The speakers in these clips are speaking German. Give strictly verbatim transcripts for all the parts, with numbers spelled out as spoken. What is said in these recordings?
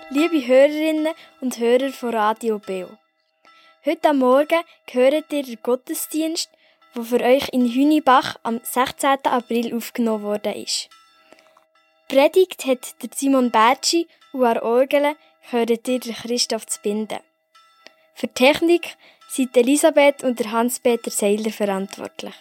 Liebe Hörerinnen und Hörer von Radio Beo. Heute Morgen hört ihr den Gottesdienst, der für euch in Hünibach am sechzehnten April aufgenommen worden ist. Die Predigt hat der Simon Bertschi und an der Orgel hört ihr Christoph Zbinden. Für die Technik sind Elisabeth und der Hans-Peter Seiler verantwortlich.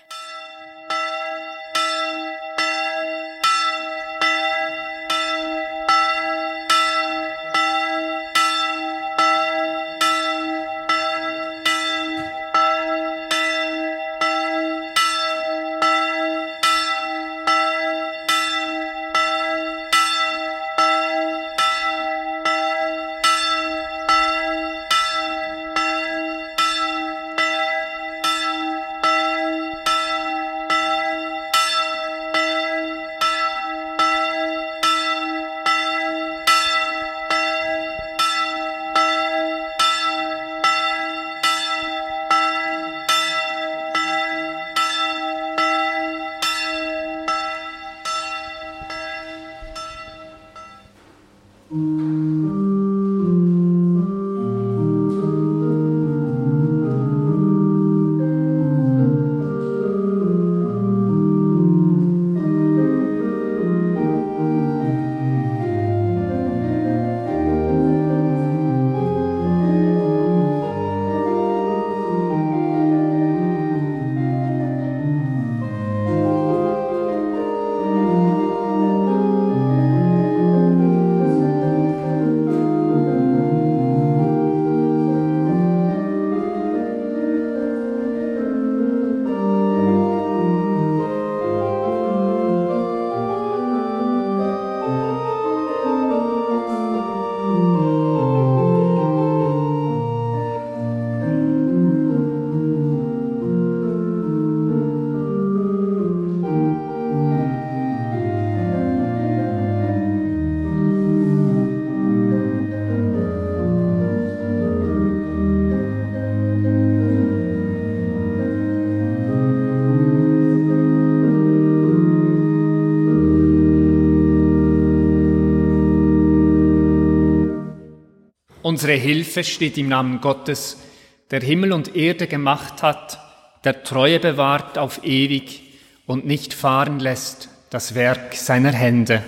Unsere Hilfe steht im Namen Gottes, der Himmel und Erde gemacht hat, der Treue bewahrt auf ewig und nicht fahren lässt das Werk seiner Hände.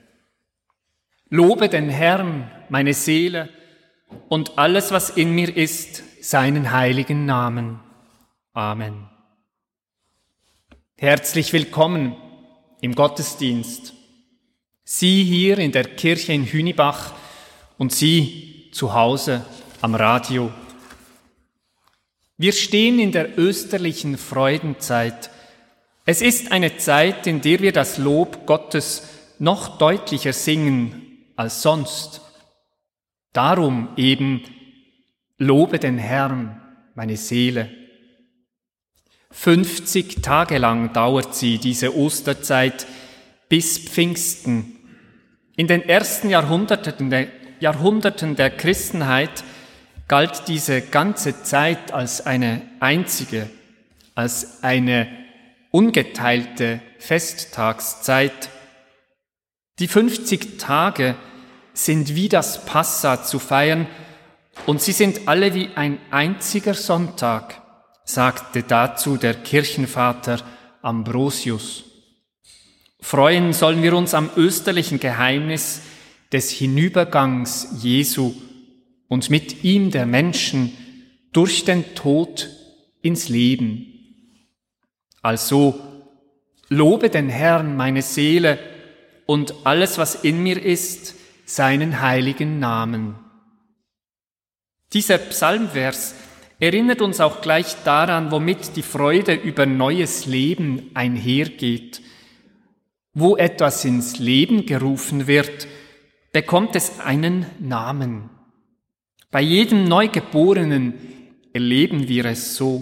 Lobe den Herrn, meine Seele, und alles, was in mir ist, seinen heiligen Namen. Amen. Herzlich willkommen im Gottesdienst. Sie hier in der Kirche in Hünibach und Sie zu Hause am Radio. Wir stehen in der österlichen Freudenzeit. Es ist eine Zeit, in der wir das Lob Gottes noch deutlicher singen als sonst. Darum eben, lobe den Herrn, meine Seele. fünfzig Tage lang dauert sie, diese Osterzeit, bis Pfingsten. In den ersten Jahrhunderten der Jahrhunderten der Christenheit galt diese ganze Zeit als eine einzige, als eine ungeteilte Festtagszeit. Die fünfzig Tage sind wie das Passa zu feiern und sie sind alle wie ein einziger Sonntag, sagte dazu der Kirchenvater Ambrosius. Freuen sollen wir uns am österlichen Geheimnis des Hinübergangs Jesu und mit ihm der Menschen durch den Tod ins Leben. Also, lobe den Herrn, meine Seele, und alles, was in mir ist, seinen heiligen Namen. Dieser Psalmvers erinnert uns auch gleich daran, womit die Freude über neues Leben einhergeht. Wo etwas ins Leben gerufen wird, bekommt es einen Namen. Bei jedem Neugeborenen erleben wir es so.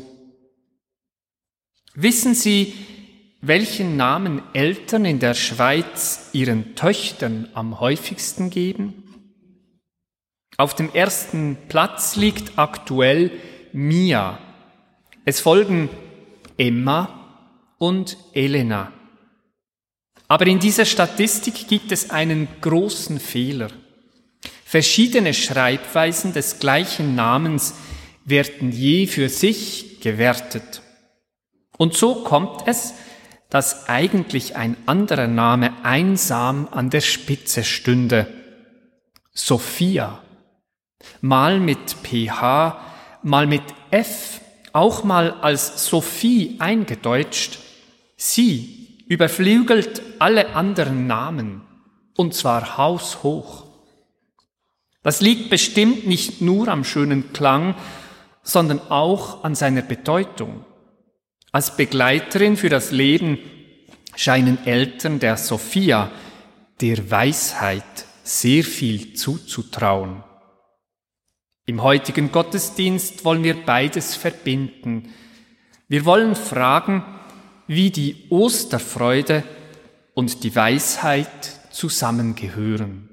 Wissen Sie, welchen Namen Eltern in der Schweiz ihren Töchtern am häufigsten geben? Auf dem ersten Platz liegt aktuell Mia. Es folgen Emma und Elena. Aber in dieser Statistik gibt es einen großen Fehler. Verschiedene Schreibweisen des gleichen Namens werden je für sich gewertet. Und so kommt es, dass eigentlich ein anderer Name einsam an der Spitze stünde. Sophia, mal mit P H, mal mit F, auch mal als Sophie eingedeutscht. Sie überflügelt alle anderen Namen, und zwar haushoch. Das liegt bestimmt nicht nur am schönen Klang, sondern auch an seiner Bedeutung. Als Begleiterin für das Leben scheinen Eltern der Sophia der Weisheit sehr viel zuzutrauen. Im heutigen Gottesdienst wollen wir beides verbinden. Wir wollen fragen, wie die Osterfreude und die Weisheit zusammengehören.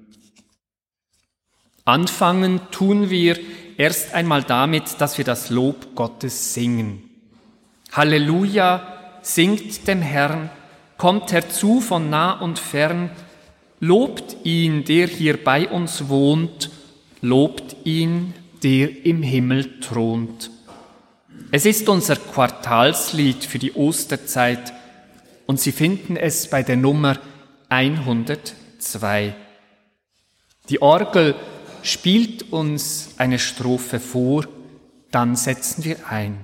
Anfangen tun wir erst einmal damit, dass wir das Lob Gottes singen. Halleluja, singt dem Herrn, kommt herzu von nah und fern, lobt ihn, der hier bei uns wohnt, lobt ihn, der im Himmel thront. Es ist unser Quartalslied für die Osterzeit und Sie finden es bei der Nummer hundertzwei. Die Orgel spielt uns eine Strophe vor, dann setzen wir ein.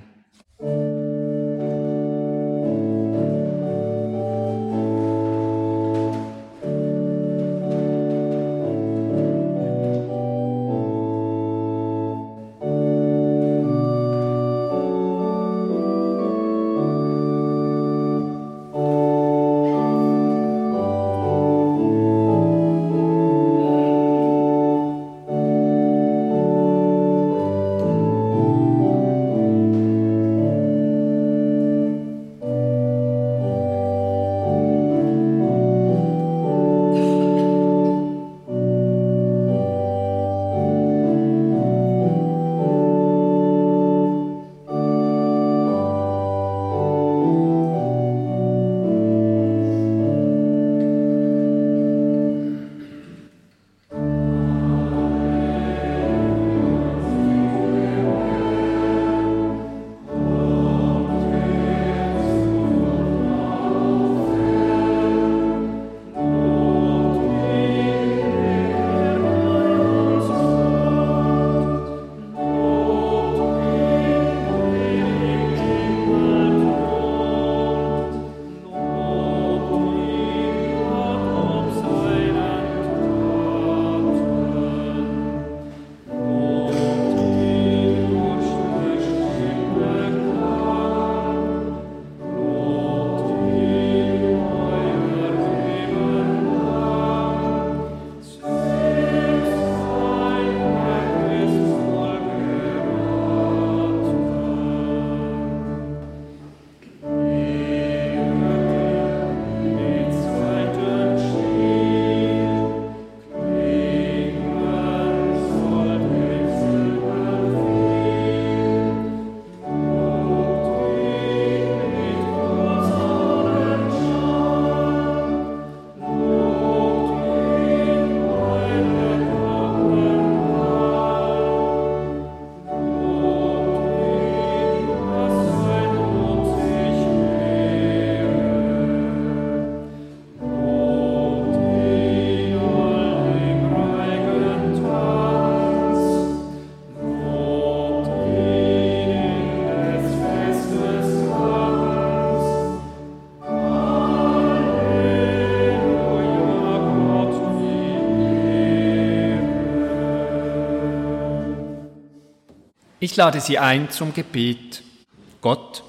Ich lade Sie ein zum Gebet. Gott,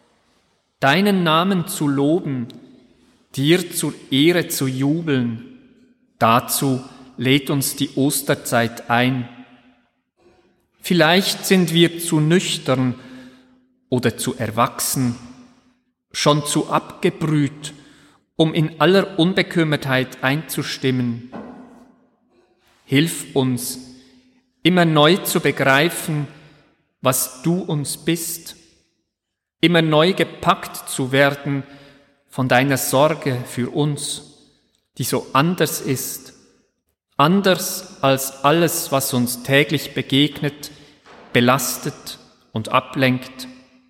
deinen Namen zu loben, dir zur Ehre zu jubeln, dazu lädt uns die Osterzeit ein. Vielleicht sind wir zu nüchtern oder zu erwachsen, schon zu abgebrüht, um in aller Unbekümmertheit einzustimmen. Hilf uns, immer neu zu begreifen, was du uns bist, immer neu gepackt zu werden von deiner Sorge für uns, die so anders ist anders als alles, was uns täglich begegnet, belastet und ablenkt.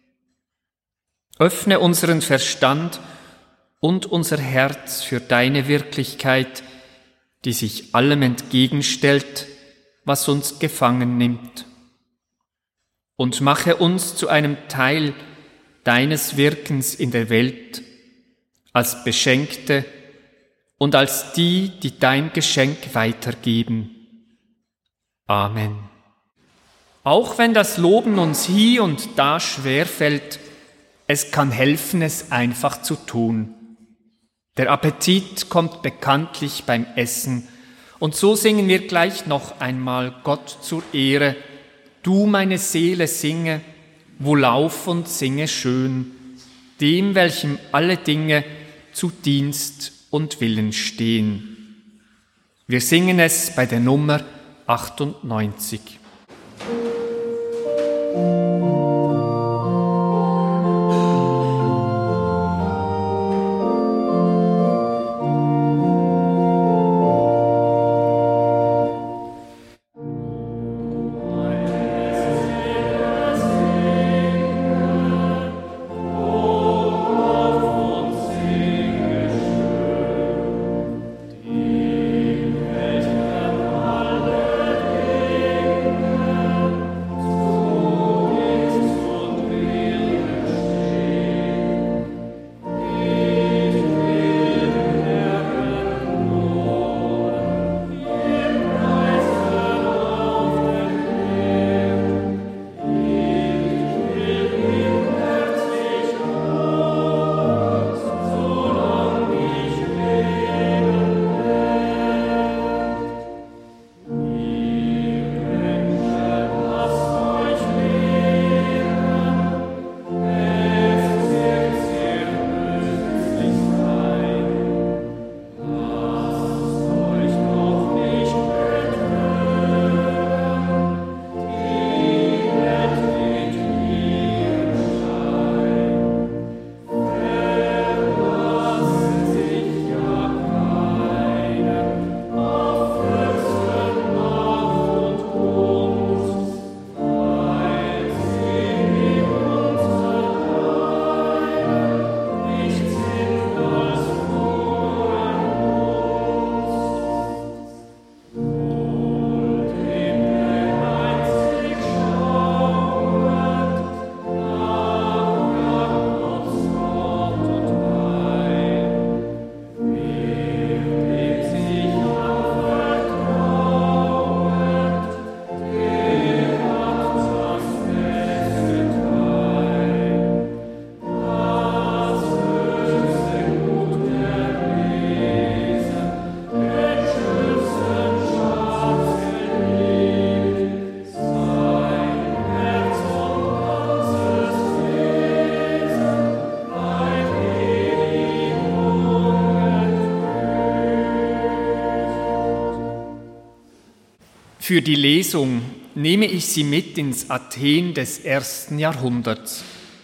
Öffne unseren Verstand und unser Herz für deine Wirklichkeit, die sich allem entgegenstellt, was uns gefangen nimmt. Und mache uns zu einem Teil deines Wirkens in der Welt, als Beschenkte und als die, die dein Geschenk weitergeben. Amen. Auch wenn das Loben uns hier und da schwerfällt, es kann helfen, es einfach zu tun. Der Appetit kommt bekanntlich beim Essen, und so singen wir gleich noch einmal Gott zur Ehre. Du, meine Seele, singe, wohlauf und singe schön, dem, welchem alle Dinge zu Dienst und Willen stehen. Wir singen es bei der Nummer achtundneunzig. Für die Lesung nehme ich Sie mit ins Athen des ersten Jahrhunderts.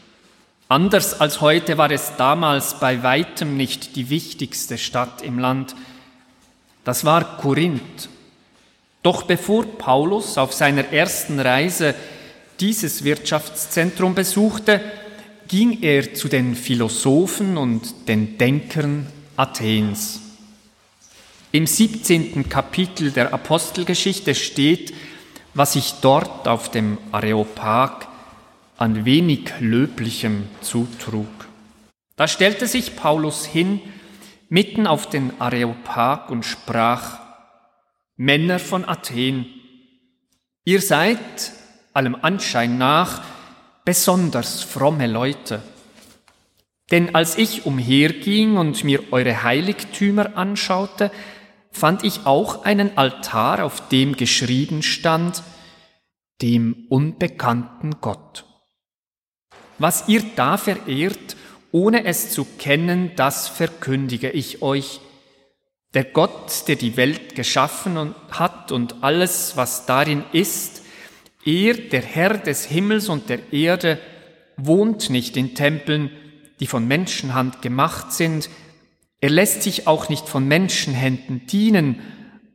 Anders als heute war es damals bei weitem nicht die wichtigste Stadt im Land. Das war Korinth. Doch bevor Paulus auf seiner ersten Reise dieses Wirtschaftszentrum besuchte, ging er zu den Philosophen und den Denkern Athens. Im siebzehnten Kapitel der Apostelgeschichte steht, was sich dort auf dem Areopag an wenig Löblichem zutrug. Da stellte sich Paulus hin, mitten auf den Areopag und sprach: Männer von Athen, ihr seid, allem Anschein nach, besonders fromme Leute. Denn als ich umherging und mir eure Heiligtümer anschaute, fand ich auch einen Altar, auf dem geschrieben stand: dem unbekannten Gott. Was ihr da verehrt, ohne es zu kennen, das verkündige ich euch. Der Gott, der die Welt geschaffen hat und alles, was darin ist, er, der Herr des Himmels und der Erde, wohnt nicht in Tempeln, die von Menschenhand gemacht sind. Er lässt sich auch nicht von Menschenhänden dienen,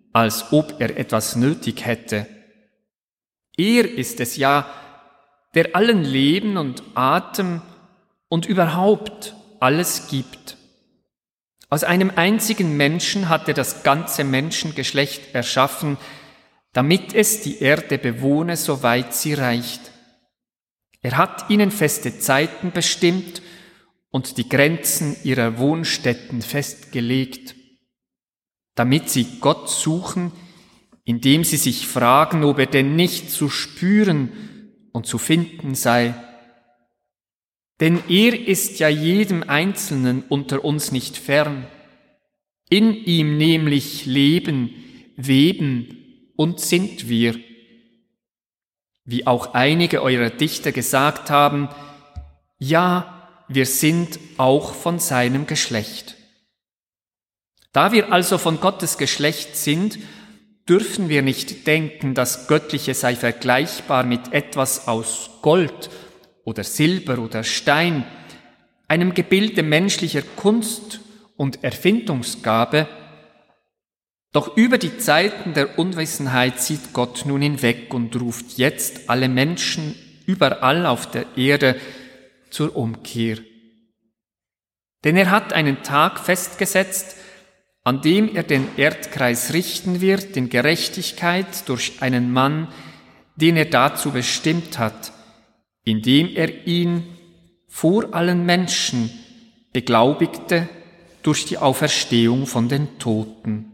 als ob er etwas nötig hätte. Er ist es ja, der allen Leben und Atem und überhaupt alles gibt. Aus einem einzigen Menschen hat er das ganze Menschengeschlecht erschaffen, damit es die Erde bewohne, soweit sie reicht. Er hat ihnen feste Zeiten bestimmt und die Grenzen ihrer Wohnstätten festgelegt, damit sie Gott suchen, indem sie sich fragen, ob er denn nicht zu spüren und zu finden sei. Denn er ist ja jedem Einzelnen unter uns nicht fern. In ihm nämlich leben, weben und sind wir. Wie auch einige eurer Dichter gesagt haben, ja, wir sind auch von seinem Geschlecht. Da wir also von Gottes Geschlecht sind, dürfen wir nicht denken, das Göttliche sei vergleichbar mit etwas aus Gold oder Silber oder Stein, einem Gebilde menschlicher Kunst und Erfindungsgabe. Doch über die Zeiten der Unwissenheit sieht Gott nun hinweg und ruft jetzt alle Menschen überall auf der Erde zur Umkehr. Denn er hat einen Tag festgesetzt, an dem er den Erdkreis richten wird in Gerechtigkeit durch einen Mann, den er dazu bestimmt hat, indem er ihn vor allen Menschen beglaubigte durch die Auferstehung von den Toten.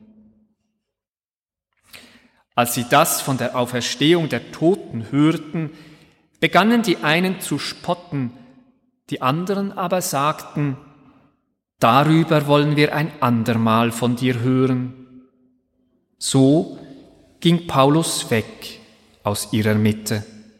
Als sie das von der Auferstehung der Toten hörten, begannen die einen zu spotten, die anderen aber sagten, darüber wollen wir ein andermal von dir hören. So ging Paulus weg aus ihrer Mitte.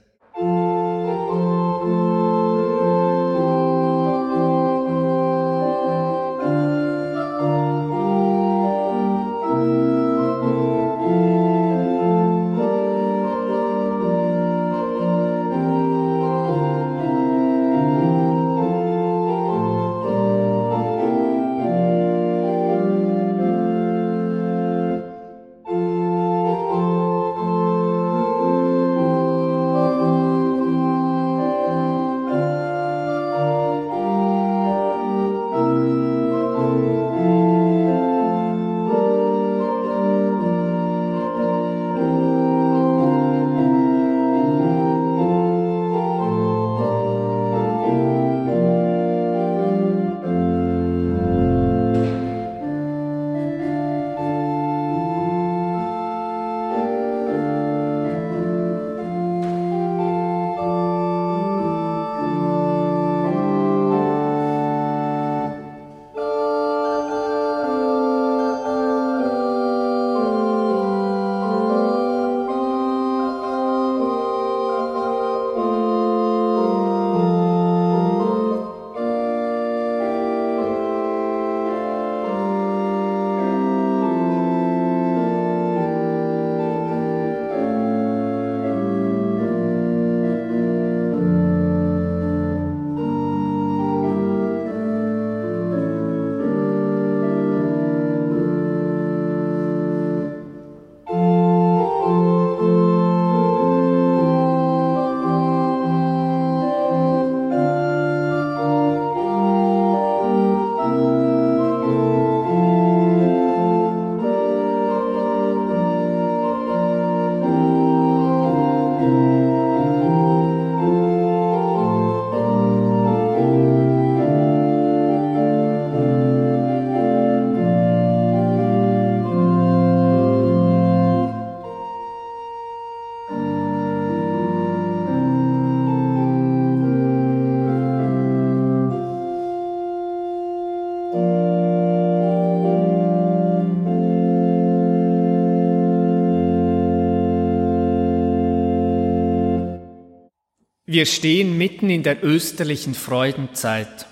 Wir stehen mitten in der österlichen Freudenzeit.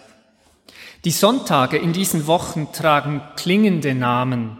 Die Sonntage in diesen Wochen tragen klingende Namen.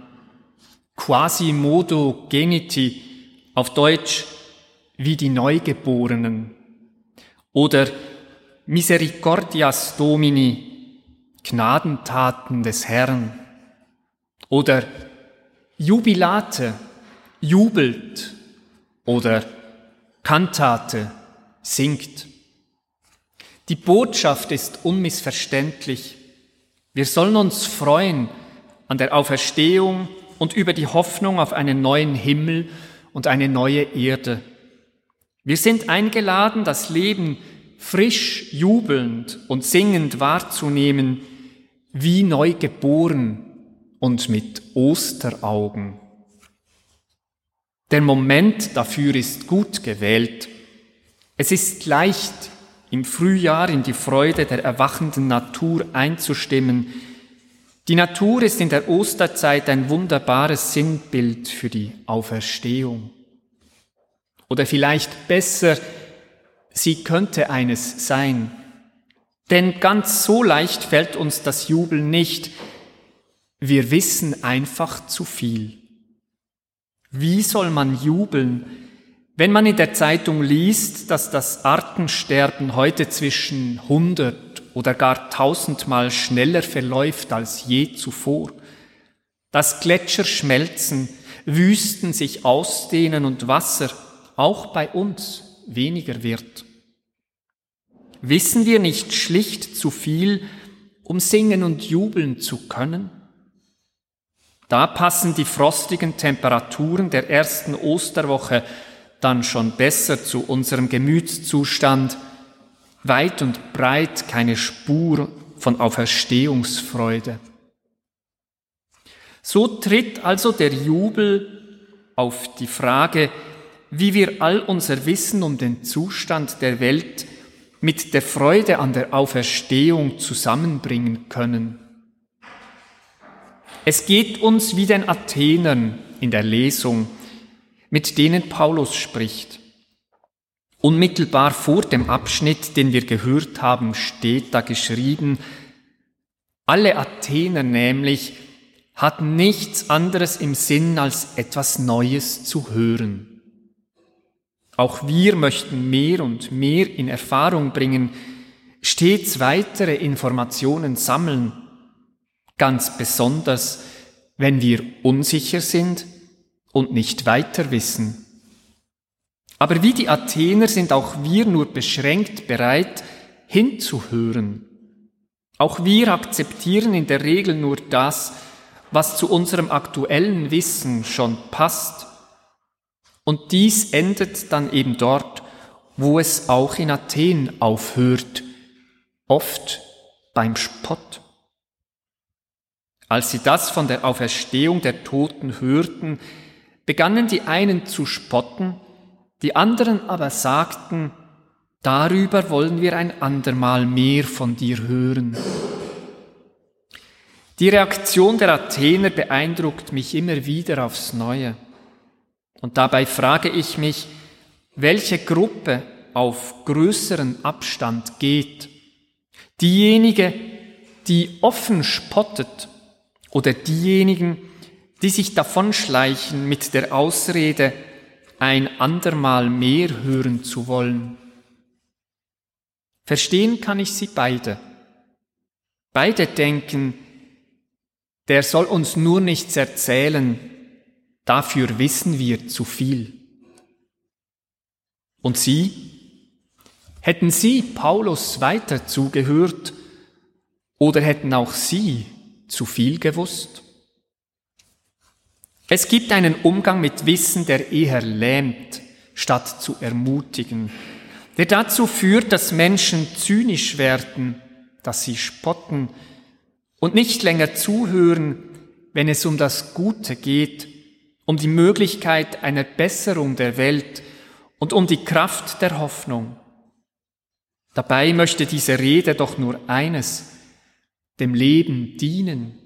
Quasimodo geniti, auf Deutsch wie die Neugeborenen. Oder Misericordias Domini, Gnadentaten des Herrn. Oder Jubilate, jubelt oder Kantate singt. Die Botschaft ist unmissverständlich. Wir sollen uns freuen an der Auferstehung und über die Hoffnung auf einen neuen Himmel und eine neue Erde. Wir sind eingeladen, das Leben frisch, jubelnd und singend wahrzunehmen, wie neu geboren und mit Osteraugen. Der Moment dafür ist gut gewählt. Es ist leicht, im Frühjahr in die Freude der erwachenden Natur einzustimmen. Die Natur ist in der Osterzeit ein wunderbares Sinnbild für die Auferstehung. Oder vielleicht besser, sie könnte eines sein. Denn ganz so leicht fällt uns das Jubeln nicht. Wir wissen einfach zu viel. Wie soll man jubeln, wenn man in der Zeitung liest, dass das Artensterben heute zwischen hundert oder gar tausendmal schneller verläuft als je zuvor, dass Gletscher schmelzen, Wüsten sich ausdehnen und Wasser auch bei uns weniger wird? Wissen wir nicht schlicht zu viel, um singen und jubeln zu können? Da passen die frostigen Temperaturen der ersten Osterwoche dann schon besser zu unserem Gemütszustand. Weit und breit keine Spur von Auferstehungsfreude. So tritt also der Jubel auf die Frage, wie wir all unser Wissen um den Zustand der Welt mit der Freude an der Auferstehung zusammenbringen können. Es geht uns wie den Athenern in der Lesung, mit denen Paulus spricht. Unmittelbar vor dem Abschnitt, den wir gehört haben, steht da geschrieben, alle Athener nämlich hatten nichts anderes im Sinn, als etwas Neues zu hören. Auch wir möchten mehr und mehr in Erfahrung bringen, stets weitere Informationen sammeln, ganz besonders, wenn wir unsicher sind und nicht weiter wissen. Aber wie die Athener sind auch wir nur beschränkt bereit, hinzuhören. Auch wir akzeptieren in der Regel nur das, was zu unserem aktuellen Wissen schon passt. Und dies endet dann eben dort, wo es auch in Athen aufhört, oft beim Spott. Als sie das von der Auferstehung der Toten hörten, begannen die einen zu spotten, die anderen aber sagten, darüber wollen wir ein andermal mehr von dir hören. Die Reaktion der Athener beeindruckt mich immer wieder aufs Neue. Und dabei frage ich mich, welche Gruppe auf größeren Abstand geht. Diejenige, die offen spottet, oder diejenigen, die sich davonschleichen mit der Ausrede, ein andermal mehr hören zu wollen. Verstehen kann ich sie beide. Beide denken, der soll uns nur nichts erzählen, dafür wissen wir zu viel. Und Sie? Hätten Sie Paulus weiter zugehört oder hätten auch Sie zu viel gewusst? Es gibt einen Umgang mit Wissen, der eher lähmt, statt zu ermutigen, der dazu führt, dass Menschen zynisch werden, dass sie spotten und nicht länger zuhören, wenn es um das Gute geht, um die Möglichkeit einer Besserung der Welt und um die Kraft der Hoffnung. Dabei möchte diese Rede doch nur eines, dem Leben dienen.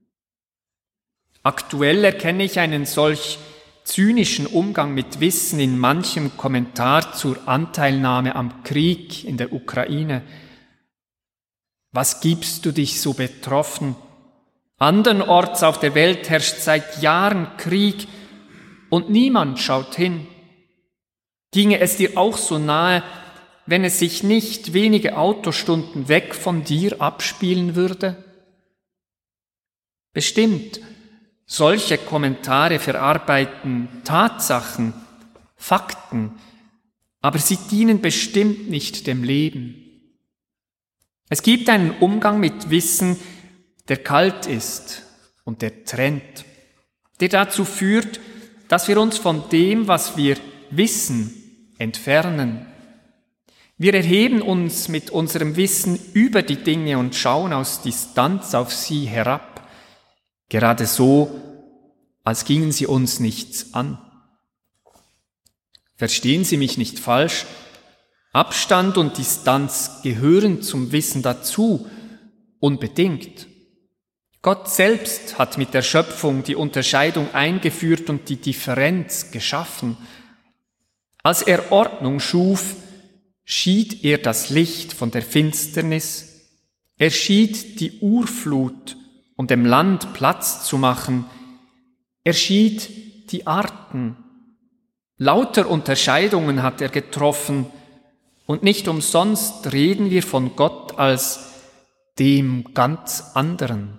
Aktuell erkenne ich einen solch zynischen Umgang mit Wissen in manchem Kommentar zur Anteilnahme am Krieg in der Ukraine. Was gibst du dich so betroffen? Andernorts auf der Welt herrscht seit Jahren Krieg und niemand schaut hin. Ginge es dir auch so nahe, wenn es sich nicht wenige Autostunden weg von dir abspielen würde? Bestimmt, Solche Kommentare verarbeiten Tatsachen, Fakten, aber sie dienen bestimmt nicht dem Leben. Es gibt einen Umgang mit Wissen, der kalt ist und der trennt, der dazu führt, dass wir uns von dem, was wir wissen, entfernen. Wir erheben uns mit unserem Wissen über die Dinge und schauen aus Distanz auf sie herab, gerade so, als gingen sie uns nichts an. Verstehen Sie mich nicht falsch, Abstand und Distanz gehören zum Wissen dazu, unbedingt. Gott selbst hat mit der Schöpfung die Unterscheidung eingeführt und die Differenz geschaffen. Als er Ordnung schuf, schied er das Licht von der Finsternis, er schied die Urflut, um dem Land Platz zu machen, er schied die Arten. Lauter Unterscheidungen hat er getroffen, und nicht umsonst reden wir von Gott als dem ganz anderen.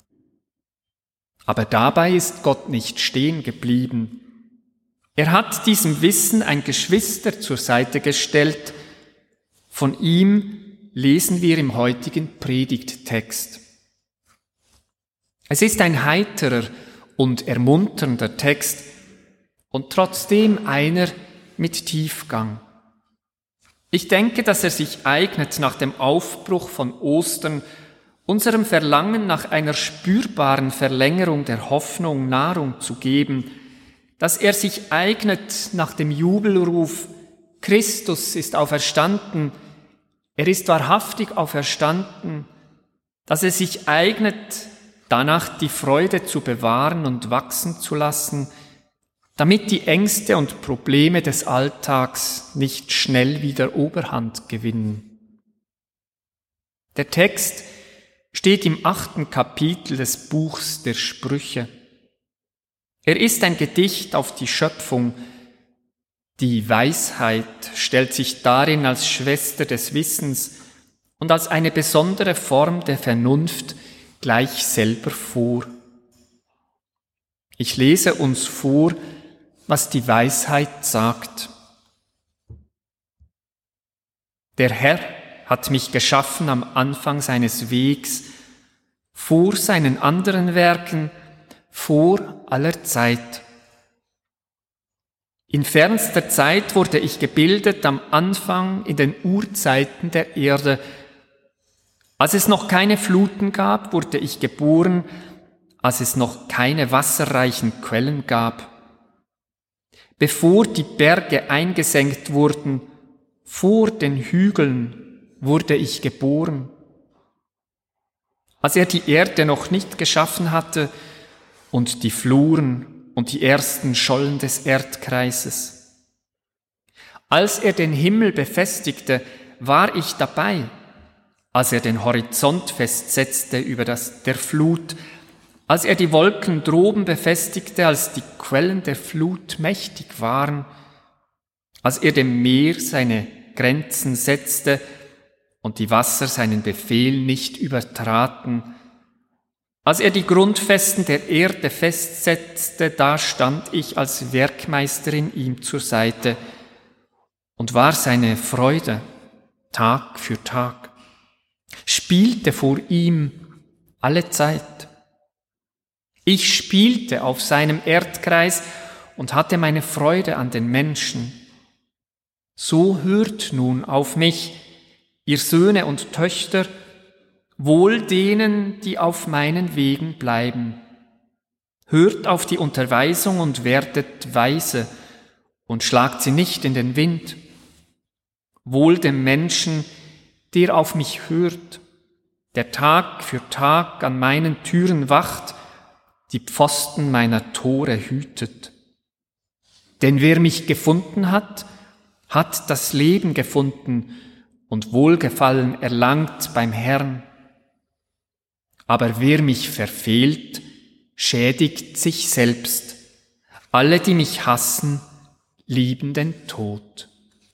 Aber dabei ist Gott nicht stehen geblieben. Er hat diesem Wissen ein Geschwister zur Seite gestellt. Von ihm lesen wir im heutigen Predigttext. Es ist ein heiterer und ermunternder Text und trotzdem einer mit Tiefgang. Ich denke, dass er sich eignet, nach dem Aufbruch von Ostern unserem Verlangen nach einer spürbaren Verlängerung der Hoffnung Nahrung zu geben, dass er sich eignet nach dem Jubelruf, Christus ist auferstanden, er ist wahrhaftig auferstanden, dass er sich eignet, danach die Freude zu bewahren und wachsen zu lassen, damit die Ängste und Probleme des Alltags nicht schnell wieder Oberhand gewinnen. Der Text steht im achten Kapitel des Buchs der Sprüche. Er ist ein Gedicht auf die Schöpfung. Die Weisheit stellt sich darin als Schwester des Wissens und als eine besondere Form der Vernunft gleich selber vor. Ich lese uns vor, was die Weisheit sagt. Der Herr hat mich geschaffen am Anfang seines Wegs, vor seinen anderen Werken, vor aller Zeit. In fernster Zeit wurde ich gebildet, am Anfang in den Urzeiten der Erde. Als es noch keine Fluten gab, wurde ich geboren, als es noch keine wasserreichen Quellen gab. Bevor die Berge eingesenkt wurden, vor den Hügeln wurde ich geboren. Als er die Erde noch nicht geschaffen hatte und die Fluren und die ersten Schollen des Erdkreises. Als er den Himmel befestigte, war ich dabei. Als er den Horizont festsetzte über das der Flut, als er die Wolken droben befestigte, als die Quellen der Flut mächtig waren, als er dem Meer seine Grenzen setzte und die Wasser seinen Befehl nicht übertraten, als er die Grundfesten der Erde festsetzte, da stand ich als Werkmeisterin ihm zur Seite und war seine Freude Tag für Tag, spielte vor ihm alle Zeit. Ich spielte auf seinem Erdkreis und hatte meine Freude an den Menschen. So hört nun auf mich, ihr Söhne und Töchter, wohl denen, die auf meinen Wegen bleiben. Hört auf die Unterweisung und werdet weise und schlagt sie nicht in den Wind. Wohl dem Menschen, der auf mich hört, der Tag für Tag an meinen Türen wacht, die Pfosten meiner Tore hütet. Denn wer mich gefunden hat, hat das Leben gefunden und Wohlgefallen erlangt beim Herrn. Aber wer mich verfehlt, schädigt sich selbst. Alle, die mich hassen, lieben den Tod.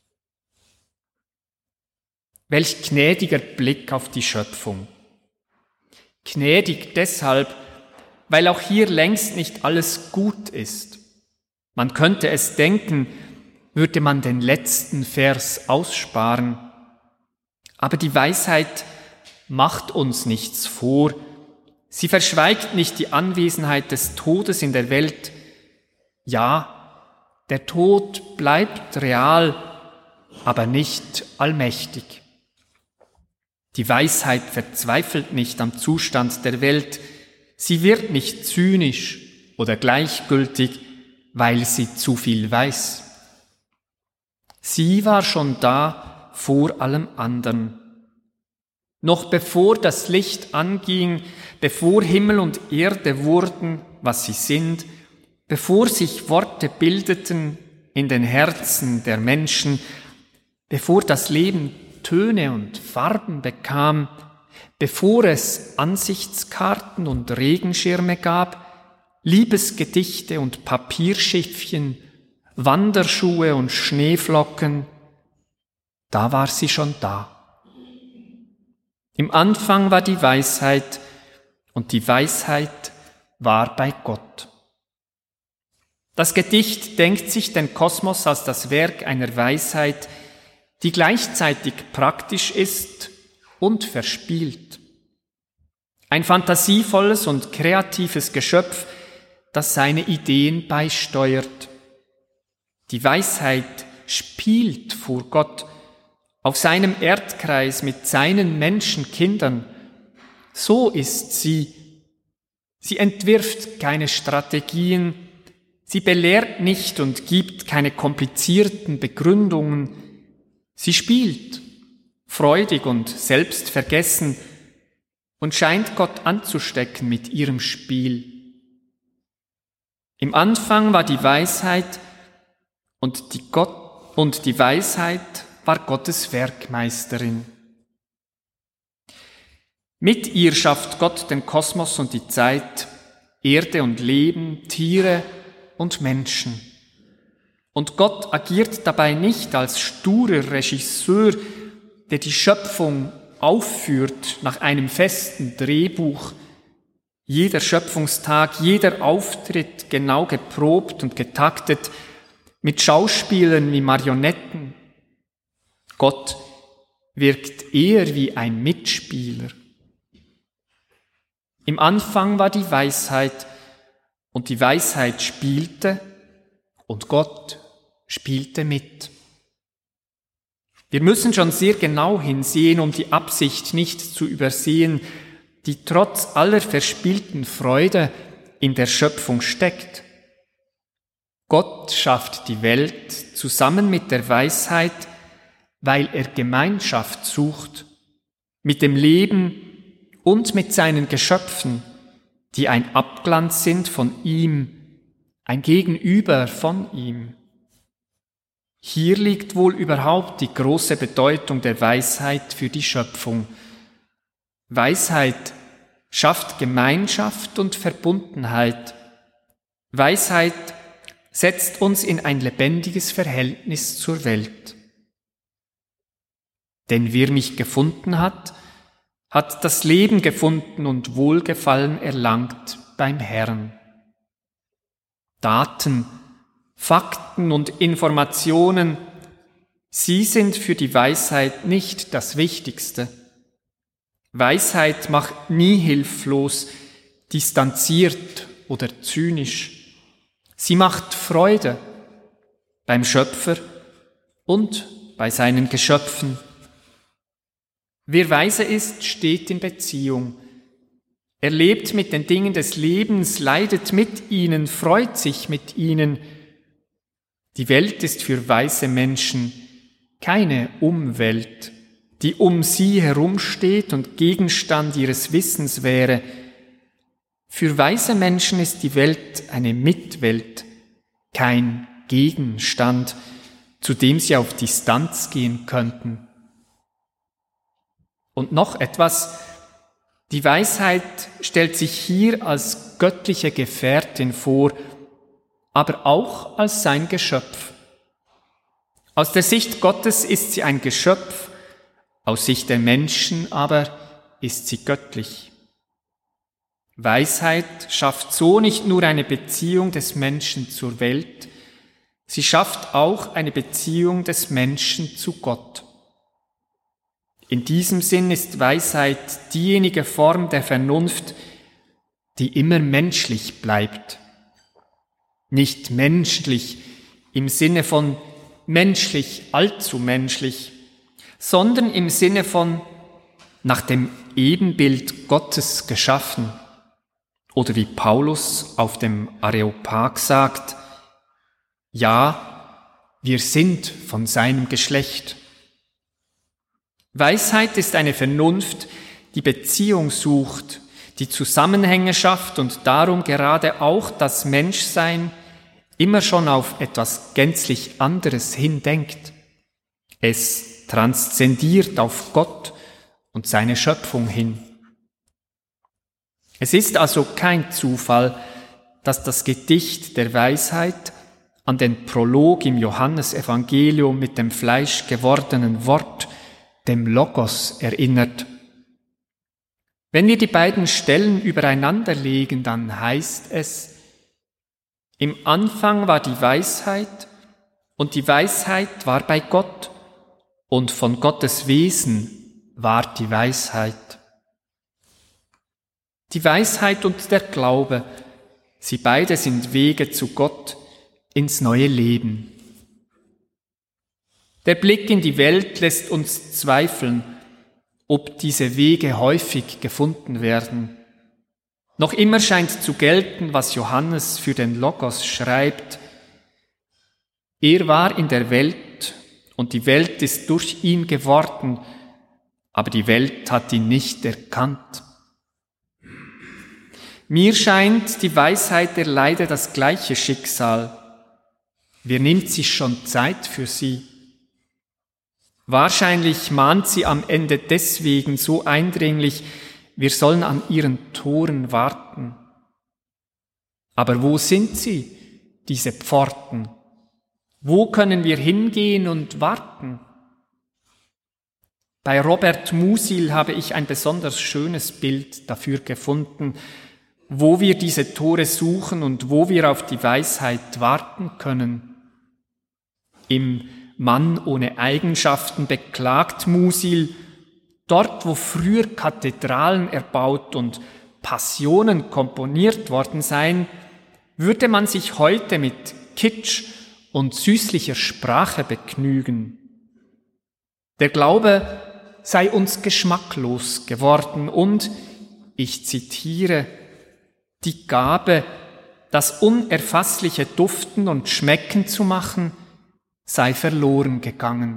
Welch gnädiger Blick auf die Schöpfung. Gnädig deshalb, weil auch hier längst nicht alles gut ist. Man könnte es denken, würde man den letzten Vers aussparen. Aber die Weisheit macht uns nichts vor. Sie verschweigt nicht die Anwesenheit des Todes in der Welt. Ja, der Tod bleibt real, aber nicht allmächtig. Die Weisheit verzweifelt nicht am Zustand der Welt. Sie wird nicht zynisch oder gleichgültig, weil sie zu viel weiß. Sie war schon da vor allem anderen. Noch bevor das Licht anging, bevor Himmel und Erde wurden, was sie sind, bevor sich Worte bildeten in den Herzen der Menschen, bevor das Leben Töne und Farben bekam, bevor es Ansichtskarten und Regenschirme gab, Liebesgedichte und Papierschiffchen, Wanderschuhe und Schneeflocken, da war sie schon da. Im Anfang war die Weisheit und die Weisheit war bei Gott. Das Gedicht denkt sich den Kosmos als das Werk einer Weisheit, die gleichzeitig praktisch ist und verspielt. Ein fantasievolles und kreatives Geschöpf, das seine Ideen beisteuert. Die Weisheit spielt vor Gott auf seinem Erdkreis mit seinen Menschenkindern. So ist sie. Sie entwirft keine Strategien, sie belehrt nicht und gibt keine komplizierten Begründungen. Sie spielt, freudig und selbstvergessen, und scheint Gott anzustecken mit ihrem Spiel. Im Anfang war die Weisheit und die, Gott, und die Weisheit war Gottes Werkmeisterin. Mit ihr schafft Gott den Kosmos und die Zeit, Erde und Leben, Tiere und Menschen. Und Gott agiert dabei nicht als sturer Regisseur, der die Schöpfung aufführt nach einem festen Drehbuch. Jeder Schöpfungstag, jeder Auftritt genau geprobt und getaktet, mit Schauspielern wie Marionetten. Gott wirkt eher wie ein Mitspieler. Im Anfang war die Weisheit, und die Weisheit spielte, und Gott spielte mit. Wir müssen schon sehr genau hinsehen, um die Absicht nicht zu übersehen, die trotz aller verspielten Freude in der Schöpfung steckt. Gott schafft die Welt zusammen mit der Weisheit, weil er Gemeinschaft sucht, mit dem Leben und mit seinen Geschöpfen, die ein Abglanz sind von ihm, ein Gegenüber von ihm. Hier liegt wohl überhaupt die große Bedeutung der Weisheit für die Schöpfung. Weisheit schafft Gemeinschaft und Verbundenheit. Weisheit setzt uns in ein lebendiges Verhältnis zur Welt. Denn wer mich gefunden hat, hat das Leben gefunden und Wohlgefallen erlangt beim Herrn. Daten, Fakten und Informationen, sie sind für die Weisheit nicht das Wichtigste. Weisheit macht nie hilflos, distanziert oder zynisch. Sie macht Freude beim Schöpfer und bei seinen Geschöpfen. Wer weise ist, steht in Beziehung. Er lebt mit den Dingen des Lebens, leidet mit ihnen, freut sich mit ihnen. Die Welt ist für weise Menschen keine Umwelt, die um sie herumsteht und Gegenstand ihres Wissens wäre. Für weise Menschen ist die Welt eine Mitwelt, kein Gegenstand, zu dem sie auf Distanz gehen könnten. Und noch etwas, die Weisheit stellt sich hier als göttliche Gefährtin vor, aber auch als sein Geschöpf. Aus der Sicht Gottes ist sie ein Geschöpf, aus Sicht der Menschen aber ist sie göttlich. Weisheit schafft so nicht nur eine Beziehung des Menschen zur Welt, sie schafft auch eine Beziehung des Menschen zu Gott. In diesem Sinn ist Weisheit diejenige Form der Vernunft, die immer menschlich bleibt. Nicht menschlich im Sinne von menschlich, allzu menschlich, sondern im Sinne von nach dem Ebenbild Gottes geschaffen. Oder wie Paulus auf dem Areopag sagt, ja, wir sind von seinem Geschlecht. Weisheit ist eine Vernunft, die Beziehung sucht, die Zusammenhänge schafft und darum gerade auch das Menschsein immer schon auf etwas gänzlich anderes hindenkt. Es transzendiert auf Gott und seine Schöpfung hin. Es ist also kein Zufall, dass das Gedicht der Weisheit an den Prolog im Johannesevangelium mit dem fleischgewordenen Wort, dem Logos, erinnert. Wenn wir die beiden Stellen übereinander legen, dann heißt es, im Anfang war die Weisheit und die Weisheit war bei Gott und von Gottes Wesen war die Weisheit. Die Weisheit und der Glaube, sie beide sind Wege zu Gott ins neue Leben. Der Blick in die Welt lässt uns zweifeln, ob diese Wege häufig gefunden werden. Noch immer scheint zu gelten, was Johannes für den Logos schreibt. Er war in der Welt und die Welt ist durch ihn geworden, aber die Welt hat ihn nicht erkannt. Mir scheint, die Weisheit erleide das gleiche Schicksal. Wer nimmt sich schon Zeit für sie? Wahrscheinlich mahnt sie am Ende deswegen so eindringlich, wir sollen an ihren Toren warten. Aber wo sind sie, diese Pforten? Wo können wir hingehen und warten? Bei Robert Musil habe ich ein besonders schönes Bild dafür gefunden, wo wir diese Tore suchen und wo wir auf die Weisheit warten können. Im Mann ohne Eigenschaften beklagt Musil, dort wo früher Kathedralen erbaut und Passionen komponiert worden seien, würde man sich heute mit Kitsch und süßlicher Sprache begnügen. Der Glaube sei uns geschmacklos geworden und, ich zitiere, die Gabe, das Unerfassliche duften und schmecken zu machen, sei verloren gegangen.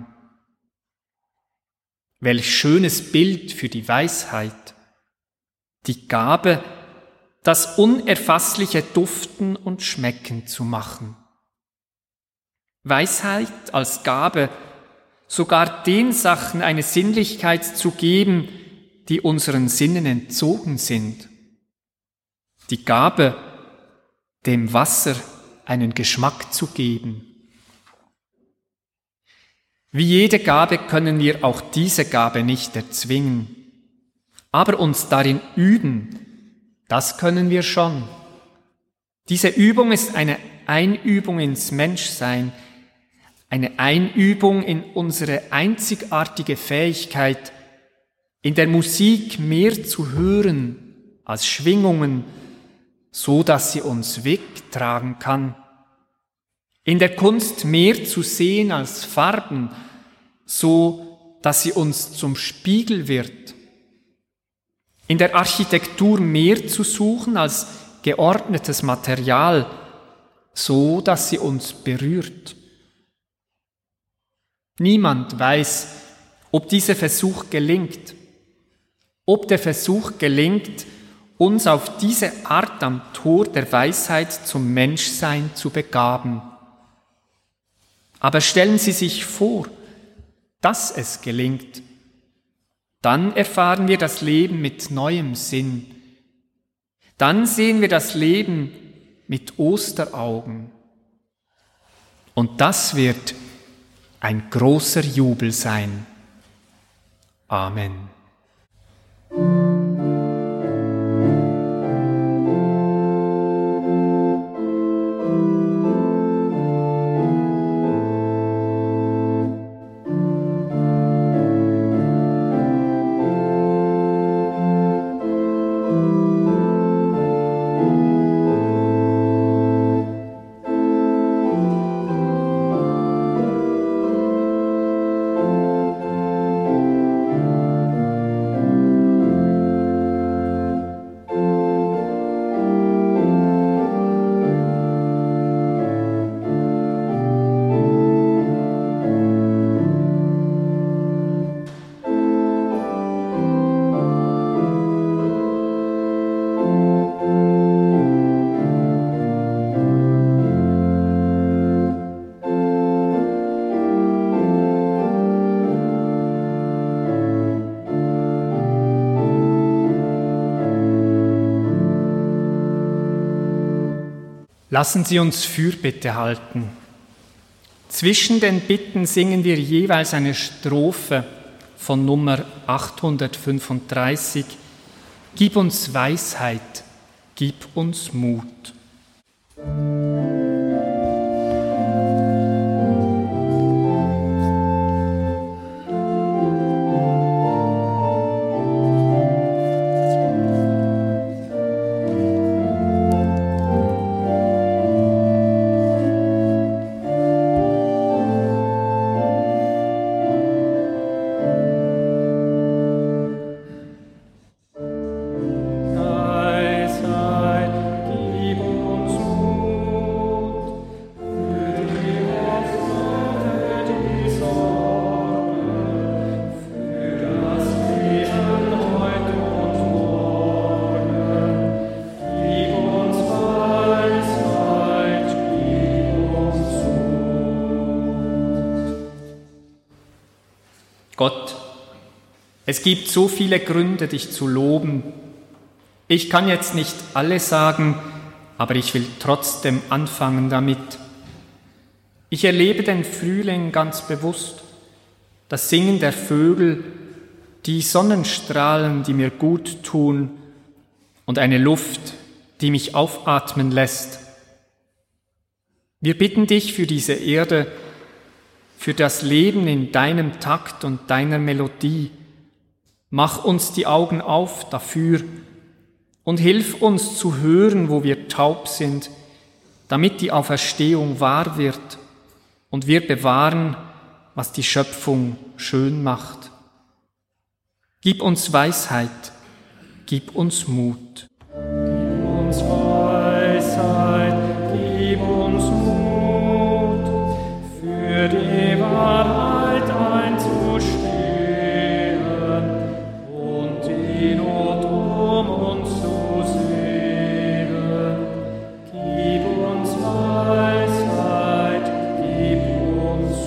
Welch schönes Bild für die Weisheit, die Gabe, das Unerfassliche duften und schmecken zu machen. Weisheit als Gabe, sogar den Sachen eine Sinnlichkeit zu geben, die unseren Sinnen entzogen sind. Die Gabe, dem Wasser einen Geschmack zu geben. Wie jede Gabe können wir auch diese Gabe nicht erzwingen. Aber uns darin üben, das können wir schon. Diese Übung ist eine Einübung ins Menschsein, eine Einübung in unsere einzigartige Fähigkeit, in der Musik mehr zu hören als Schwingungen, so dass sie uns wegtragen kann. In der Kunst mehr zu sehen als Farben, so dass sie uns zum Spiegel wird. In der Architektur mehr zu suchen als geordnetes Material, so dass sie uns berührt. Niemand weiß, ob dieser Versuch gelingt, ob der Versuch gelingt, uns auf diese Art am Tor der Weisheit zum Menschsein zu begaben. Aber stellen Sie sich vor, dass es gelingt. Dann erfahren wir das Leben mit neuem Sinn. Dann sehen wir das Leben mit Osteraugen. Und das wird ein großer Jubel sein. Amen. Lassen Sie uns Fürbitte halten. Zwischen den Bitten singen wir jeweils eine Strophe von Nummer achthundertfünfunddreißig. Gib uns Weisheit, gib uns Mut. Gott, es gibt so viele Gründe, dich zu loben. Ich kann jetzt nicht alle sagen, aber ich will trotzdem anfangen damit. Ich erlebe den Frühling ganz bewusst, das Singen der Vögel, die Sonnenstrahlen, die mir gut tun und eine Luft, die mich aufatmen lässt. Wir bitten dich für diese Erde, für das Leben in deinem Takt und deiner Melodie. Mach uns die Augen auf dafür und hilf uns zu hören, wo wir taub sind, damit die Auferstehung wahr wird und wir bewahren, was die Schöpfung schön macht. Gib uns Weisheit, gib uns Mut. Gib uns Weisheit, gib uns Mut, für die Wahrheit einzustehen und die Not um uns zu sehen. Gib uns Weisheit, gib uns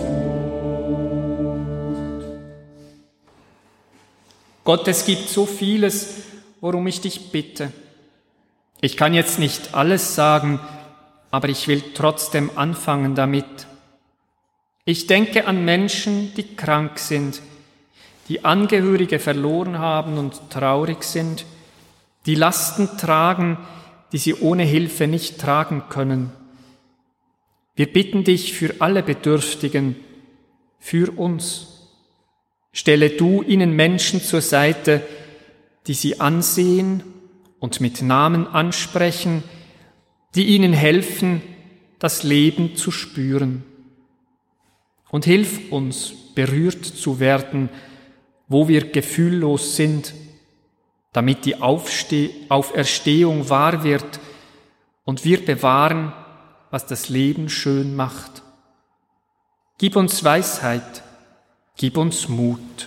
Mut. Gott, es gibt so vieles, worum ich dich bitte. Ich kann jetzt nicht alles sagen, aber ich will trotzdem anfangen damit. Ich denke an Menschen, die krank sind, die Angehörige verloren haben und traurig sind, die Lasten tragen, die sie ohne Hilfe nicht tragen können. Wir bitten dich für alle Bedürftigen, für uns. Stelle du ihnen Menschen zur Seite, die sie ansehen und mit Namen ansprechen, die ihnen helfen, das Leben zu spüren. Und hilf uns, berührt zu werden, wo wir gefühllos sind, damit die Aufste- Auferstehung wahr wird und wir bewahren, was das Leben schön macht. Gib uns Weisheit, gib uns Mut.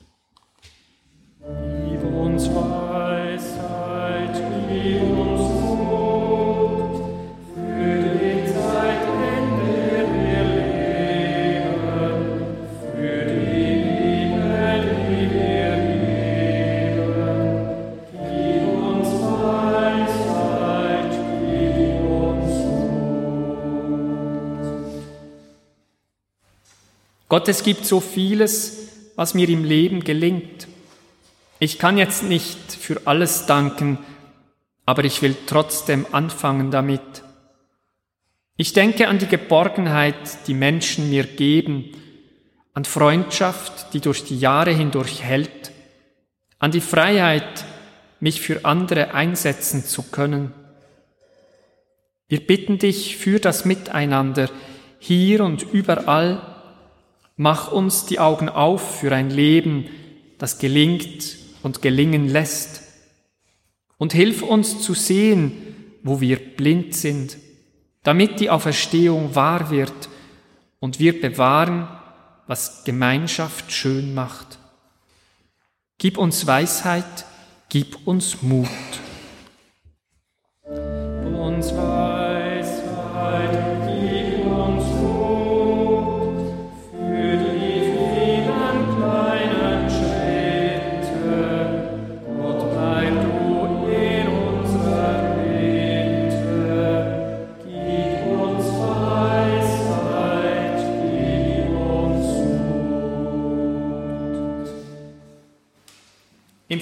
Gib uns Weisheit, gib uns Mut, für die Zeit, in der wir leben, für die Liebe, die wir geben. Gib uns Weisheit, gib uns Mut. Gott, es gibt so vieles, was mir im Leben gelingt. Ich kann jetzt nicht für alles danken, aber ich will trotzdem anfangen damit. Ich denke an die Geborgenheit, die Menschen mir geben, an Freundschaft, die durch die Jahre hindurch hält, an die Freiheit, mich für andere einsetzen zu können. Wir bitten dich für das Miteinander, hier und überall. Mach uns die Augen auf für ein Leben, das gelingt und gelingen lässt. Und hilf uns zu sehen, wo wir blind sind, damit die Auferstehung wahr wird und wir bewahren, was Gemeinschaft schön macht. Gib uns Weisheit, gib uns Mut. Gib uns Weisheit, gib uns Mut, für die vielen kleinen Schritte. Gott, bleib du in unserer Mitte. Gib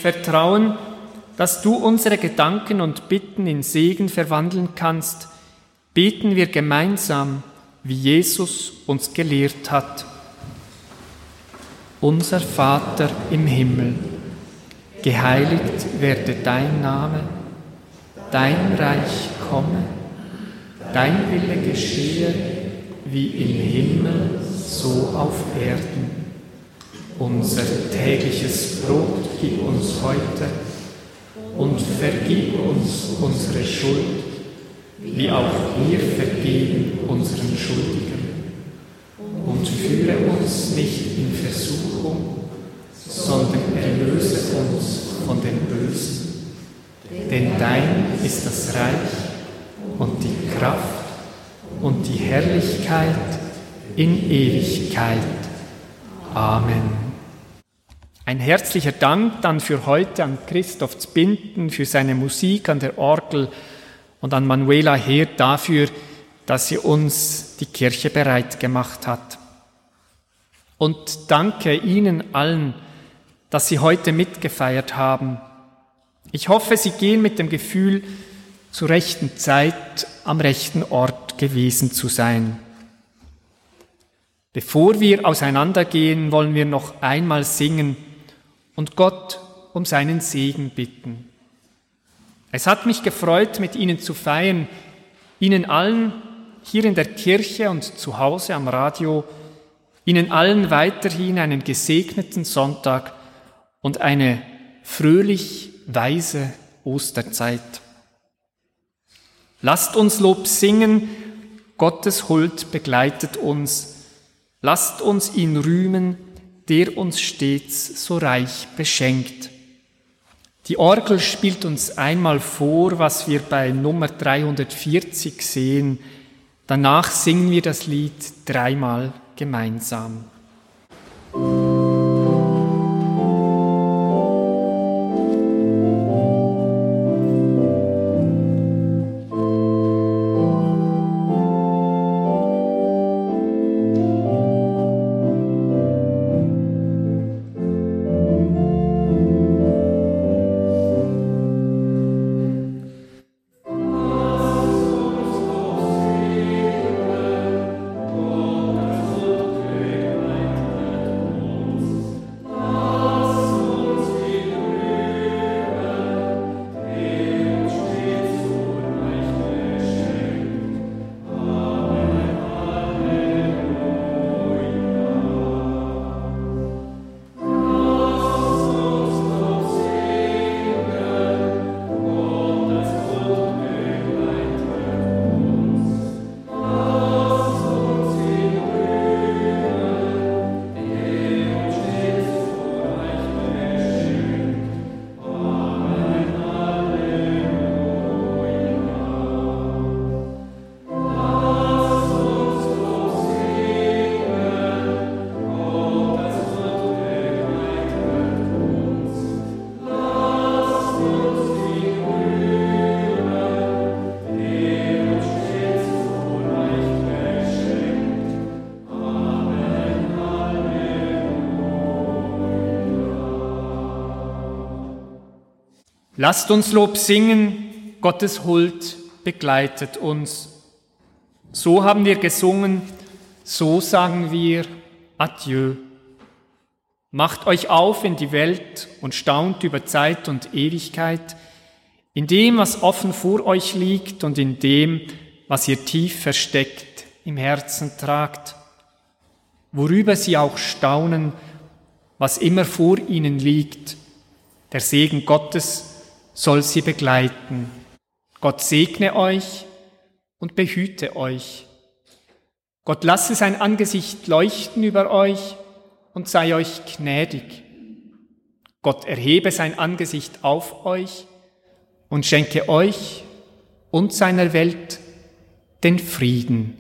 Vertrauen, dass du unsere Gedanken und Bitten in Segen verwandeln kannst, beten wir gemeinsam, wie Jesus uns gelehrt hat. Unser Vater im Himmel, geheiligt werde dein Name, dein Reich komme, dein Wille geschehe, wie im Himmel, so auf Erden. Unser tägliches Brot gib uns heute und vergib uns unsere Schuld, wie auch wir vergeben unseren Schuldigen. Und führe uns nicht in Versuchung, sondern erlöse uns von dem Bösen. Denn dein ist das Reich und die Kraft und die Herrlichkeit in Ewigkeit. Amen. Ein herzlicher Dank dann für heute an Christoph Zbinden für seine Musik an der Orgel und an Manuela Heer dafür, dass sie uns die Kirche bereit gemacht hat. Und danke Ihnen allen, dass Sie heute mitgefeiert haben. Ich hoffe, Sie gehen mit dem Gefühl, zur rechten Zeit am rechten Ort gewesen zu sein. Bevor wir auseinandergehen, wollen wir noch einmal singen und Gott um seinen Segen bitten. Es hat mich gefreut, mit Ihnen zu feiern, Ihnen allen hier in der Kirche und zu Hause am Radio, Ihnen allen weiterhin einen gesegneten Sonntag und eine fröhlich weise Osterzeit. Lasst uns Lob singen, Gottes Huld begleitet uns. Lasst uns ihn rühmen, der uns stets so reich beschenkt. Die Orgel spielt uns einmal vor, was wir bei Nummer dreihundertvierzig sehen. Danach singen wir das Lied dreimal gemeinsam. Lasst uns Lob singen, Gottes Huld begleitet uns. So haben wir gesungen, so sagen wir Adieu. Macht euch auf in die Welt und staunt über Zeit und Ewigkeit, in dem, was offen vor euch liegt und in dem, was ihr tief versteckt im Herzen tragt, worüber sie auch staunen, was immer vor ihnen liegt. Der Segen Gottes soll sie begleiten. Gott segne euch und behüte euch. Gott lasse sein Angesicht leuchten über euch und sei euch gnädig. Gott erhebe sein Angesicht auf euch und schenke euch und seiner Welt den Frieden.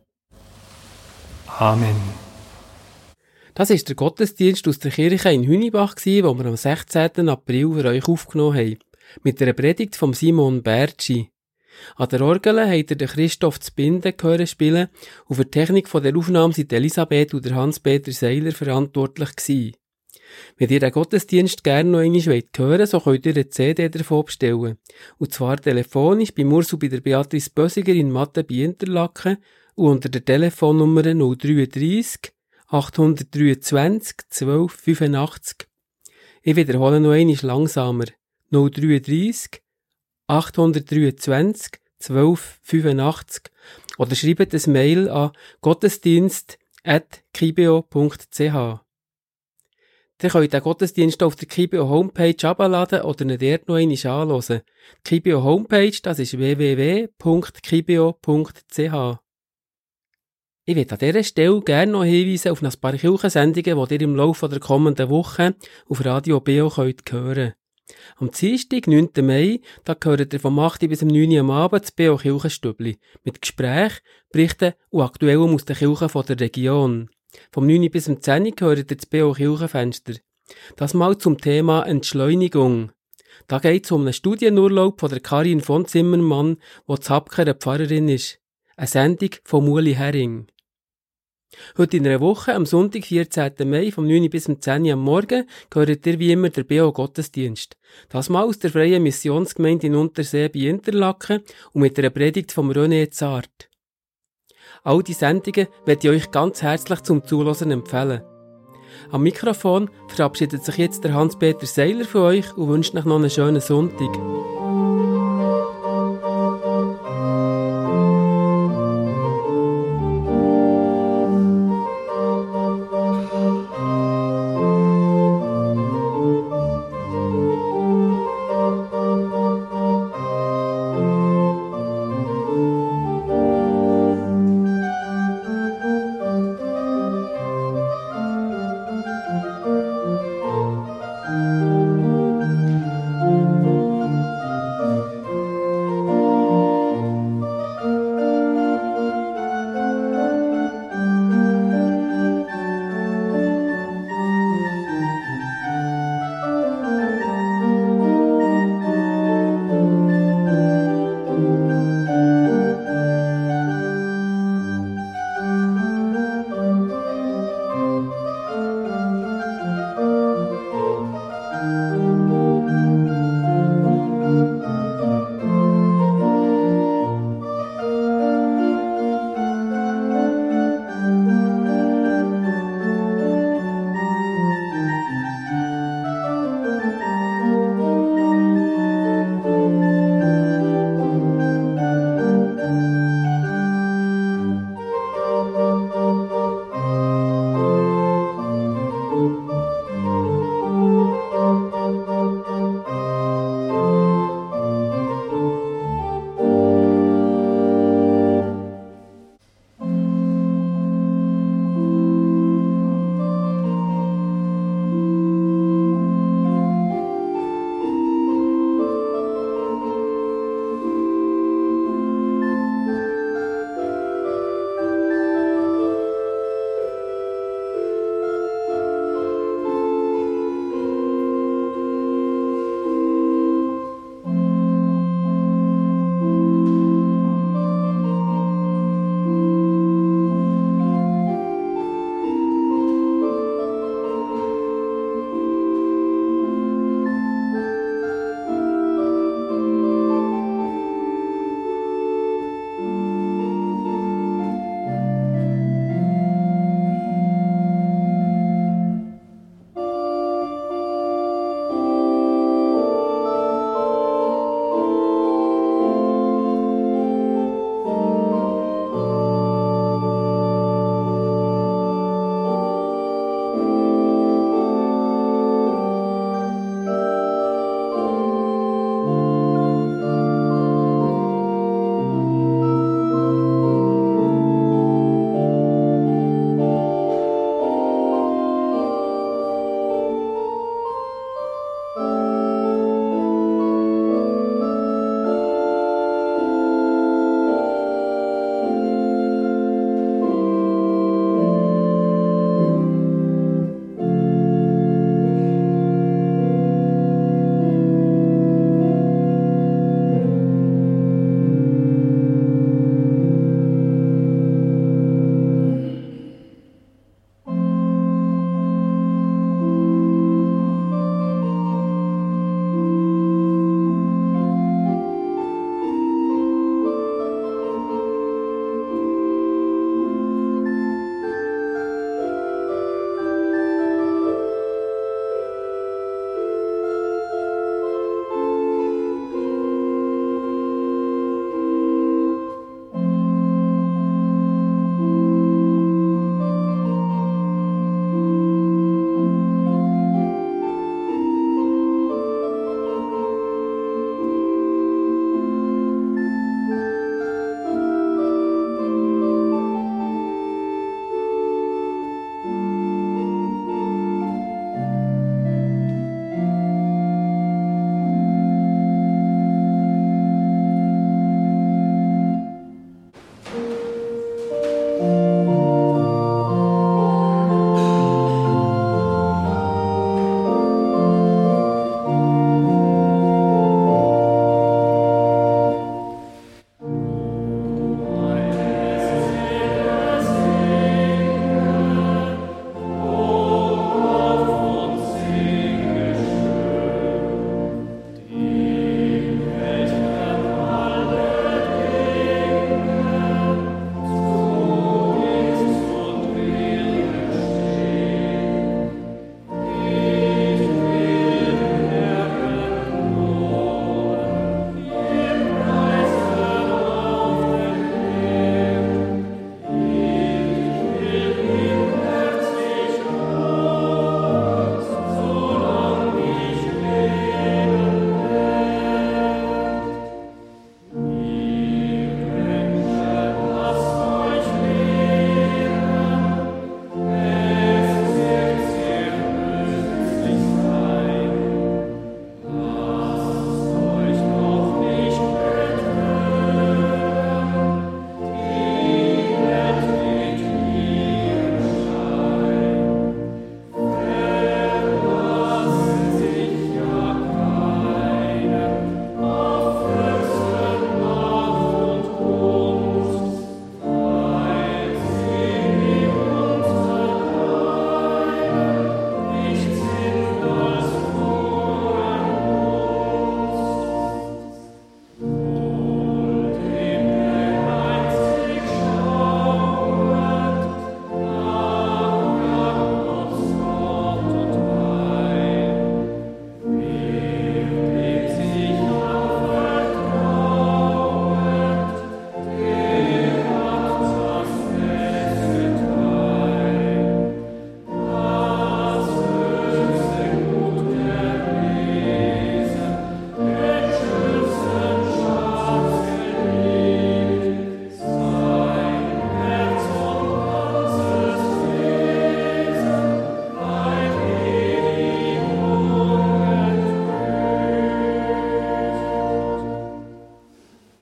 Amen. Das ist der Gottesdienst aus der Kirche in Hünibach, den wir am sechzehnten April für euch aufgenommen haben. Mit einer Predigt von Simon Bertschi. An der Orgel habt ihr den Christoph Zbinden hören spielen und für die Technik von der Aufnahme sind Elisabeth und der Hans-Peter Seiler verantwortlich gewesen. Wenn ihr den Gottesdienst gerne noch einmal hören wollt, so könnt ihr eine C D davon bestellen. Und zwar telefonisch bei Ursel bei der Beatrice Bösiger in Matte bei Interlaken und unter der Telefonnummer null dreiunddreissig achthundertdreiundzwanzig zwölf fünfundachtzig. Ich wiederhole noch einmal langsamer. null dreiunddreissig achthundertdreiundzwanzig zwölf fünfundachtzig. Oder schreibt ein Mail an gottesdienst at kibeo punkt c h. Ihr könnt den Gottesdienst auf der Kibeo Homepage herunterladen oder ihn dort noch einmal anhören. Die Kibeo Homepage, das ist w w w punkt kibeo punkt c h. Ich würde an dieser Stelle gerne noch hinweisen auf ein paar Kirchensendungen, die ihr im Laufe der kommenden Woche auf Radio Beo könnt hören. Am Dienstag, neunten Mai, da gehört ihr vom acht bis neun Uhr am Abend das Beo Kirchenstübli mit Gesprächen, Berichten und Aktuellem aus den Kirchen der Region. Vom neun bis zehn Uhr gehört ihr das Beo Kirchenfenster. Das mal zum Thema Entschleunigung. Da geht es um einen Studienurlaub von der Karin von Zimmermann, die zu Habker eine Pfarrerin ist. Eine Sendung von Muli Hering. Heute in einer Woche, am Sonntag, vierzehnten Mai, vom neun bis zehn Uhr am Morgen, gehört ihr wie immer der Beo Gottesdienst. Das mal aus der Freien Missionsgemeinde in Untersee bei Interlaken und mit einer Predigt vom René Zart. All die Sendungen möchte ich euch ganz herzlich zum Zuhören empfehlen. Am Mikrofon verabschiedet sich jetzt der Hans-Peter Seiler von euch und wünscht euch noch einen schönen Sonntag.